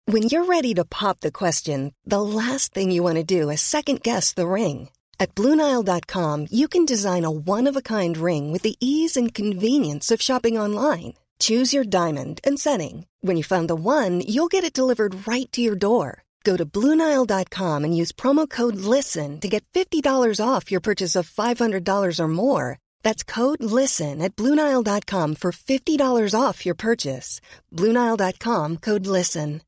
When you're ready to pop the question, the last thing you want to do is second-guess the ring. At BlueNile.com, you can design a one-of-a-kind ring with the ease and convenience of shopping online. Choose your diamond and setting. When you find the one, you'll get it delivered right to your door. Go to BlueNile.com and use promo code LISTEN to get $50 off your purchase of $500 or more. That's code LISTEN at BlueNile.com for $50 off your purchase. BlueNile.com, code LISTEN.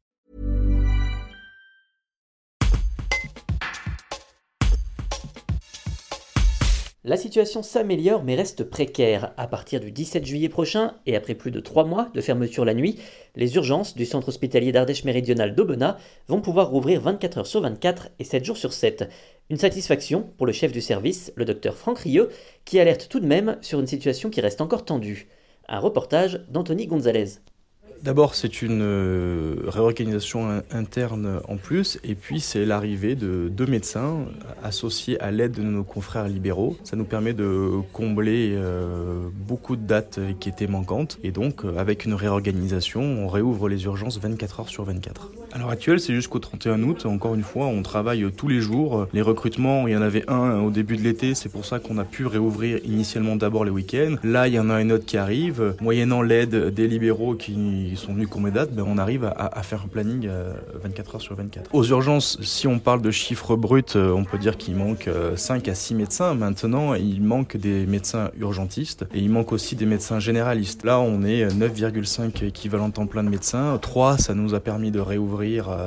La situation s'améliore mais reste précaire. À partir du 17 juillet prochain, et après plus de 3 mois de fermeture la nuit, les urgences du centre hospitalier d'Ardèche méridionale d'Aubenas vont pouvoir rouvrir 24 heures sur 24 et 7 jours sur 7. Une satisfaction pour le chef du service, le docteur Franck Rieux, qui alerte tout de même sur une situation qui reste encore tendue. Un reportage d'Anthony Gonzalez. D'abord, c'est une réorganisation interne en plus, et puis c'est l'arrivée de 2 médecins associés à l'aide de nos confrères libéraux. Ça nous permet de combler beaucoup de dates qui étaient manquantes, et donc avec une réorganisation, on réouvre les urgences 24 heures sur 24. À l'heure actuelle, c'est jusqu'au 31 août. Encore une fois, on travaille tous les jours. Les recrutements, il y en avait un au début de l'été, c'est pour ça qu'on a pu réouvrir initialement d'abord les week-ends. Là, il y en a un autre qui arrive. Moyennant l'aide des libéraux qui sont venus combler date, on arrive à faire un planning 24 heures sur 24. Aux urgences, si on parle de chiffres bruts, on peut dire qu'il manque 5 à 6 médecins. Maintenant, il manque des médecins urgentistes et il manque aussi des médecins généralistes. Là, on est 9,5 équivalents temps plein de médecins. 3, ça nous a permis de réouvrir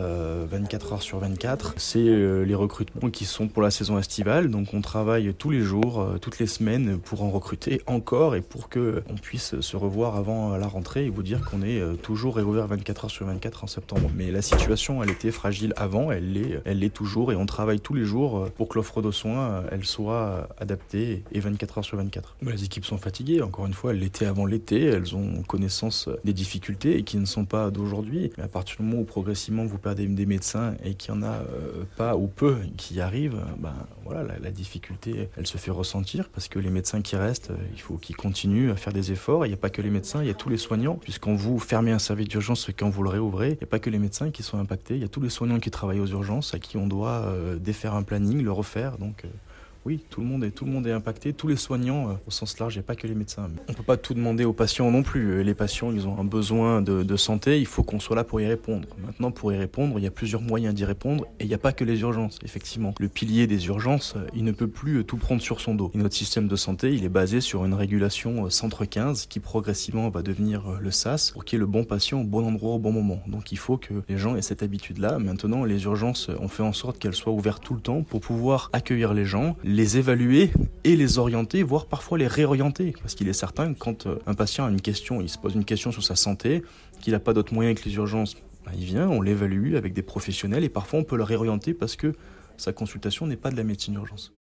24 heures sur 24. C'est les recrutements qui sont pour la saison estivale. Donc, on travaille tous les jours, toutes les semaines pour en recruter encore et pour qu'on puisse se revoir avant la rentrée et vous dire qu'on est toujours réouvert 24 heures sur 24 en septembre. Mais la situation, elle était fragile avant, elle l'est toujours et on travaille tous les jours pour que l'offre de soins, elle soit adaptée et 24 heures sur 24. Les équipes sont fatiguées, encore une fois, elles l'étaient avant l'été, elles ont connaissance des difficultés et qui ne sont pas d'aujourd'hui. Mais à partir du moment où progressivement vous perdez des médecins et qu'il n'y en a pas ou peu qui arrivent, voilà, la difficulté, elle se fait ressentir parce que les médecins qui restent, il faut qu'ils continuent à faire des efforts. Il n'y a pas que les médecins, il y a tous les soignants, puisqu'on vous fermez un service d'urgence quand vous le réouvrez, il n'y a pas que les médecins qui sont impactés, il y a tous les soignants qui travaillent aux urgences à qui on doit défaire un planning, le refaire, donc oui, tout le monde est impacté, tous les soignants au sens large, il n'y a pas que les médecins. On ne peut pas tout demander aux patients non plus. Les patients, ils ont un besoin de santé, il faut qu'on soit là pour y répondre. Maintenant, pour y répondre, il y a plusieurs moyens d'y répondre et il n'y a pas que les urgences, effectivement. Le pilier des urgences, il ne peut plus tout prendre sur son dos. Et notre système de santé, il est basé sur une régulation centre 15 qui progressivement va devenir le SAS pour qu'il y ait le bon patient au bon endroit au bon moment. Donc il faut que les gens aient cette habitude-là. Maintenant, les urgences, on fait en sorte qu'elles soient ouvertes tout le temps pour pouvoir accueillir les gens, les évaluer et les orienter, voire parfois les réorienter. Parce qu'il est certain que quand un patient a une question, il se pose une question sur sa santé, qu'il n'a pas d'autre moyen que les urgences, il vient, on l'évalue avec des professionnels et parfois on peut le réorienter parce que sa consultation n'est pas de la médecine urgence.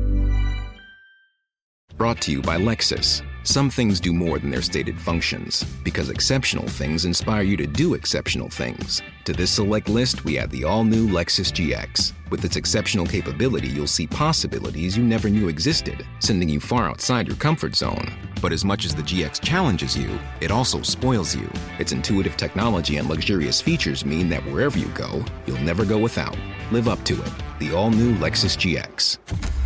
Brought to you by Lexus. Some things do more than their stated functions, because exceptional things inspire you to do exceptional things. To this select list, we add the all-new Lexus GX. With its exceptional capability, you'll see possibilities you never knew existed, sending you far outside your comfort zone. But as much as the GX challenges you, it also spoils you. Its intuitive technology and luxurious features mean that wherever you go, you'll never go without. Live up to it. The all-new Lexus GX.